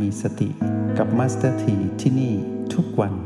มีสติกับมาสเตอร์ทีที่นี่ทุกวัน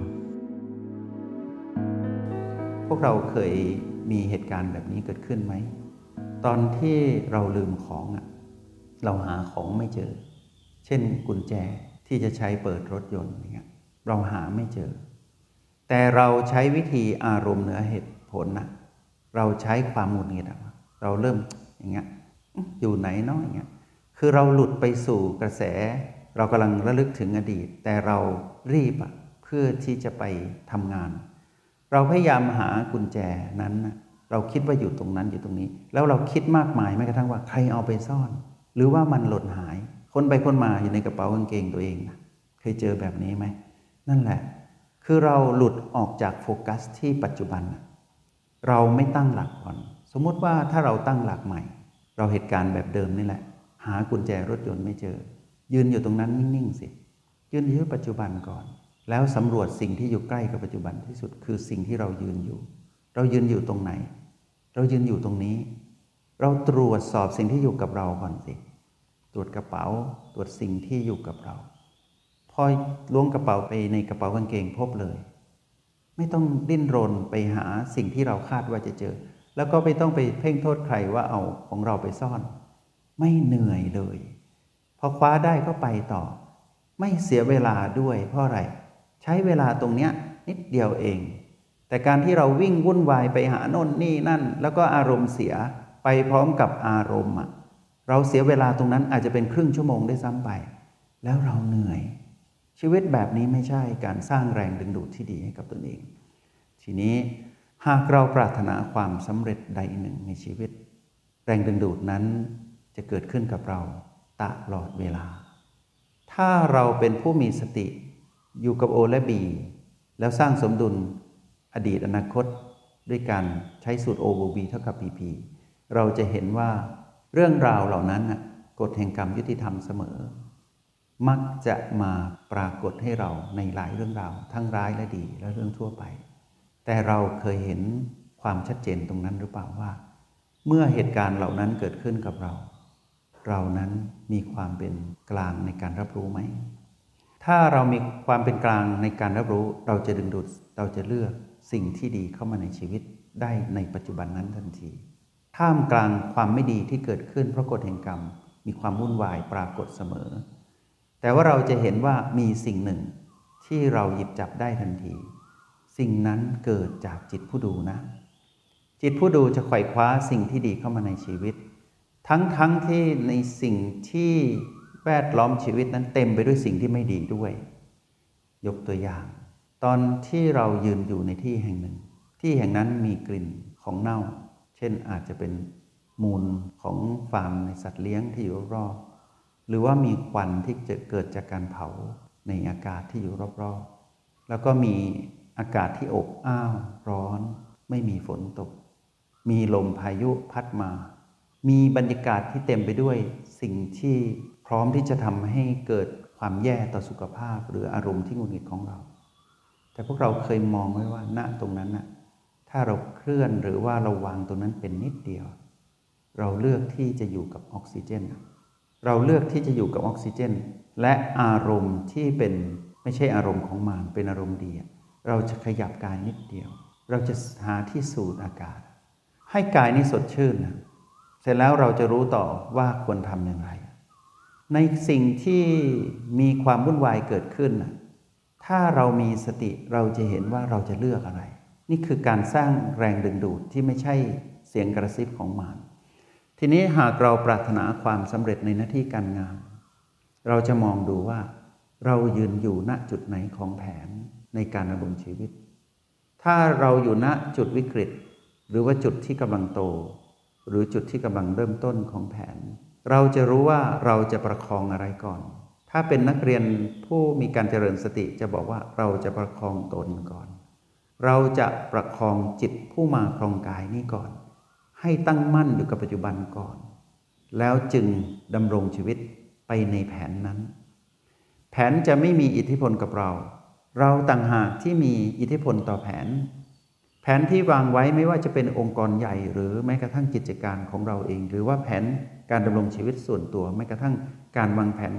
พวกเราเคยมีเหตุการณ์แบบนี้เกิดขึ้นไหมตอนที่เราลืมของเราหาของไม่เจอเช่นกุญแจที่จะใช้เปิดรถยนต์อย่างเงี้ยเราหาไม่เจอแต่เราใช้วิธีอารมณ์เหนือเหตุผลเราใช้ความหงุดหงิดเราเริ่มอย่างเงี้ยอยู่ไหนเนาะอย่างเงี้ยคือเราหลุดไปสู่กระแสเรากำลังระลึกถึงอดีตแต่เรารีบเพื่อที่จะไปทำงานเราพยายามหากุญแจนั้นเราคิดว่าอยู่ตรงนั้นอยู่ตรงนี้แล้วเราคิดมากมายแม้กระทั่งว่าใครเอาไปซ่อนหรือว่ามันหล่นหายคนไปคนมาอยู่ในกระเป๋ากางเกงตัวเองเคยเจอแบบนี้ไหมนั่นแหละคือเราหลุดออกจากโฟกัสที่ปัจจุบันเราไม่ตั้งหลักก่อนสมมุติว่าถ้าเราตั้งหลักใหม่เราเหตุการณ์แบบเดิมนี่แหละหากุญแจรถยนต์ไม่เจอยืนอยู่ตรงนั้นนิ่งๆสิยืนอยู่ปัจจุบันก่อนแล้วสำรวจสิ่งที่อยู่ใกล้กับปัจจุบันที่สุดคือสิ่งที่เรายืนอยู่เรายืนอยู่ตรงไหนเรายืนอยู่ตรงนี้เราตรวจสอบสิ่งที่อยู่กับเราก่อนสิตรวจกระเป๋าตรวจสิ่งที่อยู่กับเราพอล้วงกระเป๋าไปในกระเป๋ากางเกงพบเลยไม่ต้องดิ้นรนไปหาสิ่งที่เราคาดว่าจะเจอแล้วก็ไม่ต้องไปเพ่งโทษใครว่าเอาของเราไปซ่อนไม่เหนื่อยเลยพอคว้าได้ก็ไปต่อไม่เสียเวลาด้วยเพราะอะไรใช้เวลาตรงเนี้ยนิดเดียวเองแต่การที่เราวิ่งวุ่นวายไปหาโน่นนี่นั่นแล้วก็อารมณ์เสียไปพร้อมกับอารมณ์เราเสียเวลาตรงนั้นอาจจะเป็นครึ่งชั่วโมงได้ซ้ำไปแล้วเราเหนื่อยชีวิตแบบนี้ไม่ใช่การสร้างแรงดึงดูดที่ดีให้กับตนเองทีนี้หากเราปรารถนาความสำเร็จใดหนึ่งในชีวิตแรงดึงดูดนั้นจะเกิดขึ้นกับเราตลอดเวลาถ้าเราเป็นผู้มีสติอยู่กับ O และ B แล้วสร้างสมดุลอดีตอนาคตด้วยการใช้สูตร O บวก B เท่ากับ PP เราจะเห็นว่าเรื่องราวเหล่านั้นกฎแห่งกรรมยุติธรรมเสมอมักจะมาปรากฏให้เราในหลายเรื่องราวทั้งร้ายและดีและเรื่องทั่วไปแต่เราเคยเห็นความชัดเจนตรงนั้นหรือเปล่าว่าเมื่อเหตุการณ์เหล่านั้นเกิดขึ้นกับเรานั้นมีความเป็นกลางในการรับรู้ไหมถ้าเรามีความเป็นกลางในการรับรู้เราจะดึงดูดเราจะเลือกสิ่งที่ดีเข้ามาในชีวิตได้ในปัจจุบันนั้นทันทีท่ามกลางความไม่ดีที่เกิดขึ้นเพราะกฎแห่งกรรมมีความวุ่นวายปรากฏเสมอแต่ว่าเราจะเห็นว่ามีสิ่งหนึ่งที่เราหยิบจับได้ทันทีสิ่งนั้นเกิดจากจิตผู้ดูนะจิตผู้ดูจะไขว่คว้าสิ่งที่ดีเข้ามาในชีวิตทั้งที่ในสิ่งที่แวดล้อมชีวิตนั้นเต็มไปด้วยสิ่งที่ไม่ดีด้วยยกตัวอย่างตอนที่เรายืนอยู่ในที่แห่งหนึ่งที่แห่งนั้นมีกลิ่นของเน่าเช่นอาจจะเป็นมูลของฟาร์มในสัตว์เลี้ยงที่อยู่รอบหรือว่ามีควันที่จะเกิดจากการเผาในอากาศที่อยู่รอบๆแล้วก็มีอากาศที่อบอ้าวร้อนไม่มีฝนตกมีลมพายุพัดมามีบรรยากาศที่เต็มไปด้วยสิ่งที่พร้อมที่จะทำให้เกิดความแย่ต่อสุขภาพหรืออารมณ์ที่หงุดหงิดของเราแต่พวกเราเคยมองไว้ว่าณตรงนั้นถ้าเราเคลื่อนหรือว่าเราวางตรงนั้นเป็นนิดเดียวเราเลือกที่จะอยู่กับออกซิเจนเราเลือกที่จะอยู่กับออกซิเจนและอารมณ์ที่เป็นไม่ใช่อารมณ์ของมารเป็นอารมณ์ดีเราจะขยับกายนิดเดียวเราจะหาที่สูดอากาศให้กายนี้สดชื่นเสร็จแล้วเราจะรู้ต่อว่าควรทำอย่างไรในสิ่งที่มีความวุ่นวายเกิดขึ้นถ้าเรามีสติเราจะเห็นว่าเราจะเลือกอะไรนี่คือการสร้างแรงดึงดูดที่ไม่ใช่เสียงกระซิบของมารทีนี้หากเราปรารถนาความสำเร็จในหน้าที่การงานเราจะมองดูว่าเรายืนอยู่ณจุดไหนของแผนในการดำรงชีวิตถ้าเราอยู่ณจุดวิกฤตหรือว่าจุดที่กำลังโตหรือจุดที่กำลังเริ่มต้นของแผนเราจะรู้ว่าเราจะประคองอะไรก่อนถ้าเป็นนักเรียนผู้มีการเจริญสติจะบอกว่าเราจะประคองตนก่อนเราจะประคองจิตผู้มาครองกายนี้ก่อนให้ตั้งมั่นอยู่กับปัจจุบันก่อนแล้วจึงดำรงชีวิตไปในแผนนั้นแผนจะไม่มีอิทธิพลกับเราต่างหากที่มีอิทธิพลต่อแผนที่วางไว้ไม่ว่าจะเป็นองค์กรใหญ่หรือแม้กระทั่งกิจการของเราเองหรือว่าแผนการดำรงชีวิตส่วนตัวแม้กระทั่งการวางแผนว่า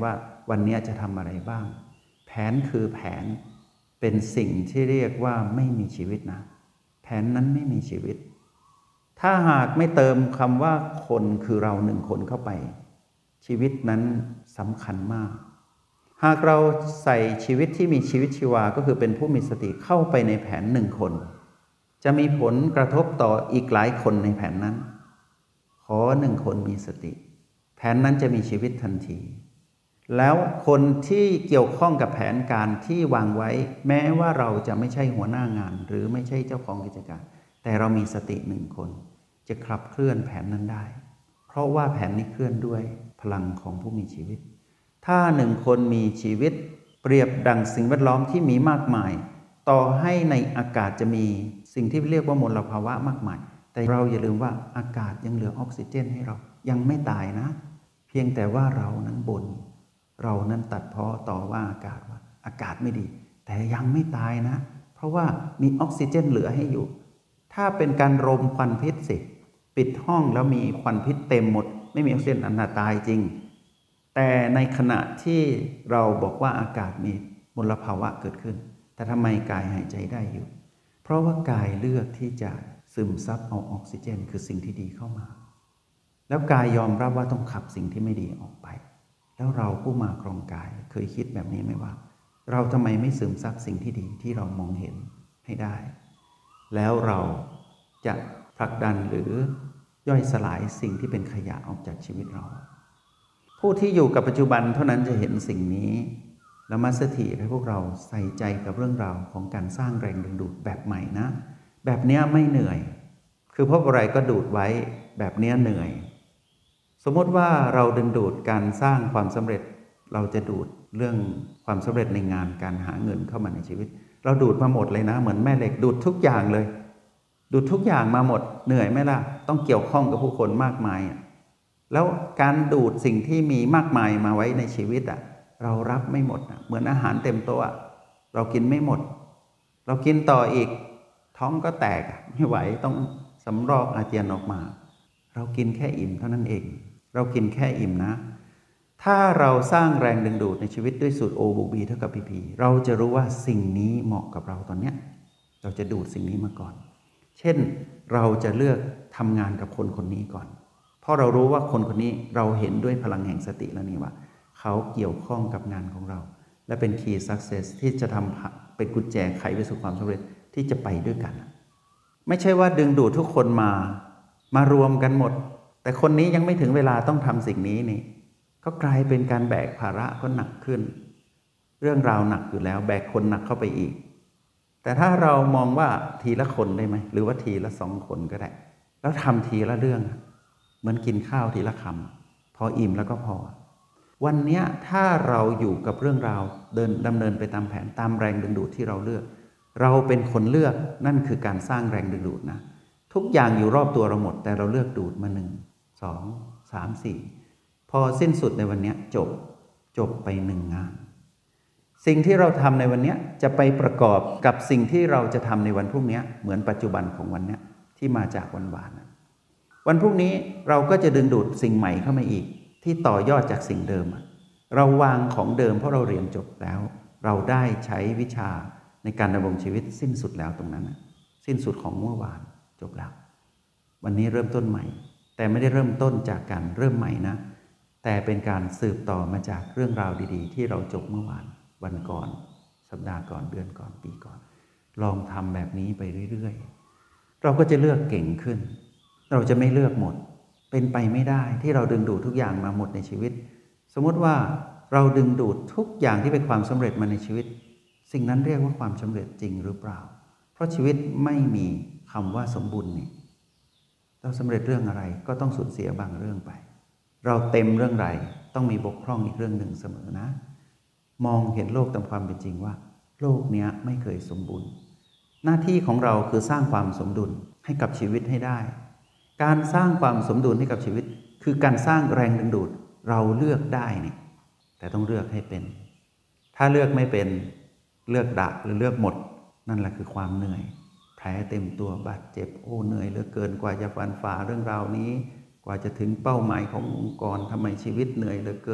วันนี้จะทำอะไรบ้างแผนคือแผนเป็นสิ่งที่เรียกว่าไม่มีชีวิตนะแผนนั้นไม่มีชีวิตถ้าหากไม่เติมคำว่าคนคือเราหนึ่งคนเข้าไปชีวิตนั้นสำคัญมากหากเราใส่ชีวิตที่มีชีวิตชีวาก็คือเป็นผู้มีสติเข้าไปในแผนหนึ่งคนจะมีผลกระทบต่ออีกหลายคนในแผนนั้นขอหนึ่งคนมีสติแผนนั้นจะมีชีวิตทันทีแล้วคนที่เกี่ยวข้องกับแผนการที่วางไว้แม้ว่าเราจะไม่ใช่หัวหน้างานหรือไม่ใช่เจ้าของกิจการแต่เรามีสติหนึ่งคนจะขับเคลื่อนแผนนั้นได้เพราะว่าแผนนี้เคลื่อนด้วยพลังของผู้มีชีวิตถ้าหนึ่งคนมีชีวิตเปรียบดังสิ่งแวดล้อมที่มีมากมายต่อให้ในอากาศจะมีสิ่งที่เรียกว่ามลภาวะมากมายแต่เราอย่าลืมว่าอากาศยังเหลือออกซิเจนให้เรายังไม่ตายนะเพียงแต่ว่าเรานั้นบ่นเรานั้นตัดพ้อต่อว่าอากาศว่าอากาศไม่ดีแต่ยังไม่ตายนะเพราะว่ามีออกซิเจนเหลือให้อยู่ถ้าเป็นการรมควันพิษสิปิดห้องแล้วมีควันพิษเต็มหมดไม่มีออกซิเจนอันน่าตายจริงแต่ในขณะที่เราบอกว่าอากาศมีมลภาวะเกิดขึ้นแต่ทำไมกายหายใจได้อยู่เพราะว่ากายเลือกที่จะซึมซับเอาออกซิเจนคือสิ่งที่ดีเข้ามาแล้วกายยอมรับว่าต้องขับสิ่งที่ไม่ดีออกไปแล้วเราผู้มาครองกายเคยคิดแบบนี้ไหมว่าเราทำไมไม่ซึมซับสิ่งที่ดีที่เรามองเห็นให้ได้แล้วเราจะผลักดันหรือย่อยสลายสิ่งที่เป็นขยะออกจากชีวิตเราผู้ที่อยู่กับปัจจุบันเท่านั้นจะเห็นสิ่งนี้แล้วมาสถิให้พวกเราใส่ใจกับเรื่องราวของการสร้างแรงดึงดูดแบบใหม่นะแบบนี้ไม่เหนื่อยคือพบอะไรก็ดูดไว้แบบนี้เหนื่อยสมมติว่าเราดึงดูดการสร้างความสำเร็จเราจะดูดเรื่องความสำเร็จในงานการหาเงินเข้ามาในชีวิตเราดูดมาหมดเลยนะเหมือนแม่เหล็กดูดทุกอย่างเลยดูดทุกอย่างมาหมดเหนื่อยไหมล่ะต้องเกี่ยวข้องกับผู้คนมากมายแล้วการดูดสิ่งที่มีมากมายมาไว้ในชีวิตเรารับไม่หมดเหมือนอาหารเต็มโต๊ะเรากินไม่หมดเรากินต่ออีกท้องก็แตกไม่ไหวต้องสำรอกอาเจียนออกมาเรากินแค่อิ่มเท่านั้นเองเรากินแค่อิ่มนะถ้าเราสร้างแรงดึงดูดในชีวิตด้วยสูตร O บวก B เท่ากับ PP เราจะรู้ว่าสิ่งนี้เหมาะกับเราตอนเนี้ยเราจะดูดสิ่งนี้มาก่อนเช่นเราจะเลือกทำงานกับคนคนนี้ก่อนเพราะเรารู้ว่าคนคนนี้เราเห็นด้วยพลังแห่งสติแล้วนี่ว่าเขาเกี่ยวข้องกับงานของเราและเป็น Key Success ที่จะทำเป็นกุญแจไขไปสู่ความสำเร็จที่จะไปด้วยกันไม่ใช่ว่าดึงดูดทุกคนมารวมกันหมดแต่คนนี้ยังไม่ถึงเวลาต้องทำสิ่งนี้นี่ก็กลายเป็นการแบกภาระก็หนักขึ้นเรื่องราวหนักอยู่แล้วแบกคนหนักเข้าไปอีกแต่ถ้าเรามองว่าทีละคนได้ไหมหรือว่าทีละ2 คนก็ได้แล้วทำทีละเรื่องเหมือนกินข้าวทีละคำพออิ่มแล้วก็พอวันนี้ถ้าเราอยู่กับเรื่องราวดำเนินไปตามแผนตามแรงดึงดูดที่เราเลือกเราเป็นคนเลือกนั่นคือการสร้างแรงดึงดูดนะทุกอย่างอยู่รอบตัวเราหมดแต่เราเลือกดูดมา1 2 3 4พอสิ้นสุดในวันนี้จบไป1 งานสิ่งที่เราทำในวันนี้จะไปประกอบกับสิ่งที่เราจะทำในวันพรุ่งนี้เหมือนปัจจุบันของวันนี้ที่มาจากวันวานวันพรุ่งนี้เราก็จะดึงดูดสิ่งใหม่เข้ามาอีกที่ต่อยอดจากสิ่งเดิมเราวางของเดิมเพราะเราเรียนจบแล้วเราได้ใช้วิชาในการดำรงชีวิตสิ้นสุดแล้วตรงนั้นสิ้นสุดของเมื่อวานจบแล้ววันนี้เริ่มต้นใหม่แต่ไม่ได้เริ่มต้นจากการเริ่มใหม่นะแต่เป็นการสืบต่อมาจากเรื่องราวดีๆที่เราจบเมื่อวานวันก่อนสัปดาห์ก่อนเดือนก่อนปีก่อนลองทำแบบนี้ไปเรื่อยๆเราก็จะเลือกเก่งขึ้นเราจะไม่เลือกหมดเป็นไปไม่ได้ที่เราดึงดูดทุกอย่างมาหมดในชีวิตสมมติว่าเราดึงดูดทุกอย่างที่เป็นความสำเร็จมาในชีวิตสิ่งนั้นเรียกว่าความสำเร็จจริงหรือเปล่าเพราะชีวิตไม่มีคำว่าสมบูรณ์นี่เราสำเร็จเรื่องอะไรก็ต้องสูญเสียบางเรื่องไปเราเต็มเรื่องใดต้องมีบกพร่องอีกเรื่องหนึ่งเสมอนะมองเห็นโลกตามความเป็นจริงว่าโลกนี้ไม่เคยสมบูรณ์หน้าที่ของเราคือสร้างความสมดุลให้กับชีวิตให้ได้การสร้างความสมดุลให้กับชีวิตคือการสร้างแรงดึงดูดเราเลือกได้นี่แต่ต้องเลือกให้เป็นถ้าเลือกไม่เป็นเลือกดักหรือเลือกหมดนั่นแหละคือความเหนื่อยแผลเต็มตัวบาดเจ็บโอ้เหนื่อยเหลือเกินกว่าจะฟันฝ่าเรื่องราวนี้กว่าจะถึงเป้าหมายขององค์กรทำไมชีวิตเหนื่อยเหลือเกิน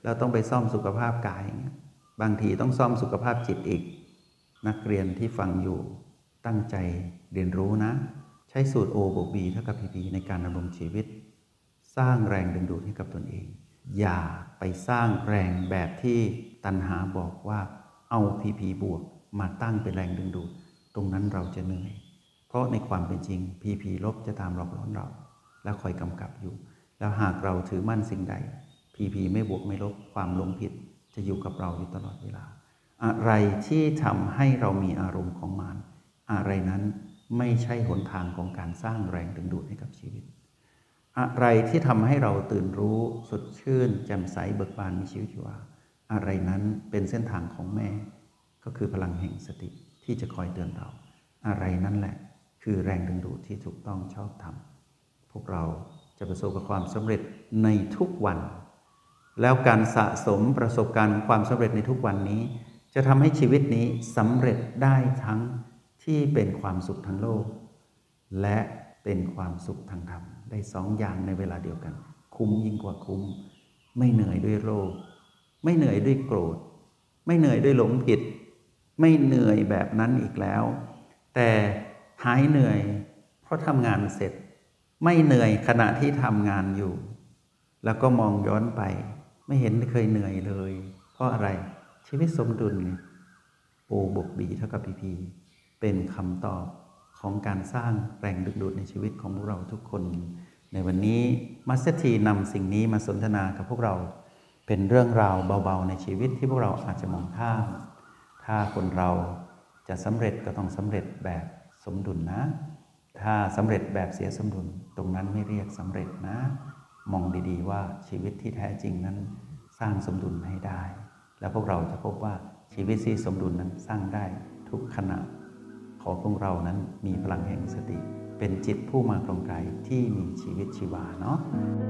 แล้วต้องไปซ่อมสุขภาพกายบางทีต้องซ่อมสุขภาพจิตอีกนักเรียนที่ฟังอยู่ตั้งใจเรียนรู้นะใช้สูตร O บวก B เท่ากับ PP ในการดำรงชีวิตสร้างแรงดึงดูดให้กับตนเองอย่าไปสร้างแรงแบบที่ตัณหาบอกว่าเอา PP บวกมาตั้งเป็นแรงดึงดูดตรงนั้นเราจะเหนื่อยเพราะในความเป็นจริง PP ลบจะตามหลอกหลอนเราและคอยกำกับอยู่แล้วหากเราถือมั่นสิ่งใด PP ไม่บวกไม่ลบความหลงผิดจะอยู่กับเราอยู่ตลอดเวลาอะไรที่ทำให้เรามีอารมณ์ของมารอะไรนั้นไม่ใช่หนทางของการสร้างแรงดึงดูดให้กับชีวิตอะไรที่ทำให้เราตื่นรู้สดชื่นแจ่มใสเบิกบานมีชีวิตชีวาอะไรนั้นเป็นเส้นทางของแม่ก็คือพลังแห่งสติที่จะคอยเตือนเราอะไรนั่นแหละคือแรงดึงดูดที่ถูกต้องชอบธรรมพวกเราจะประสบกับความสำเร็จในทุกวันแล้วการสะสมประสบการณ์ความสำเร็จในทุกวันนี้จะทำให้ชีวิตนี้สำเร็จได้ทั้งที่เป็นความสุขทางโลกและเป็นความสุขทางธรรมได้สองอย่างในเวลาเดียวกันคุ้มยิ่งกว่าคุ้มไม่เหนื่อยด้วยโลภไม่เหนื่อยด้วยโกรธไม่เหนื่อยด้วยหลงผิดไม่เหนื่อยแบบนั้นอีกแล้วแต่หายเหนื่อยเพราะทำงานเสร็จไม่เหนื่อยขณะที่ทำงานอยู่แล้วก็มองย้อนไปไม่เห็นเคยเหนื่อยเลยเพราะอะไรชีวิตสมดุลไง O บวก B เท่ากับ PP เป็นคำตอบของการสร้างแรงดึงดูดในชีวิตของพวกเราทุกคนในวันนี้มาสเตอร์ทีนำสิ่งนี้มาสนทนากับพวกเราเป็นเรื่องราวเบาๆในชีวิตที่พวกเราอาจจะมองข้ามถ้าคนเราจะสำเร็จก็ต้องสำเร็จแบบสมดุลนะถ้าสำเร็จแบบเสียสมดุลตรงนั้นไม่เรียกสำเร็จนะมองดีๆว่าชีวิตที่แท้จริงนั้นสร้างสมดุลให้ได้แล้วพวกเราจะพบว่าชีวิตที่สมดุลนั้นสร้างได้ทุกขณะขอพวกเรานั้นมีพลังแห่งสติเป็นจิตผู้มาครองกายที่มีชีวิตชีวาเนาะ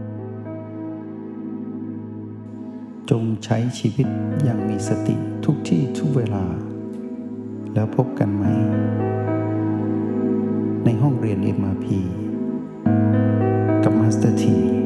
จงใช้ชีวิตอย่างมีสติทุกที่ทุกเวลาแล้วพบกันไหมในห้องเรียน MRP กับมาสเตอร์ที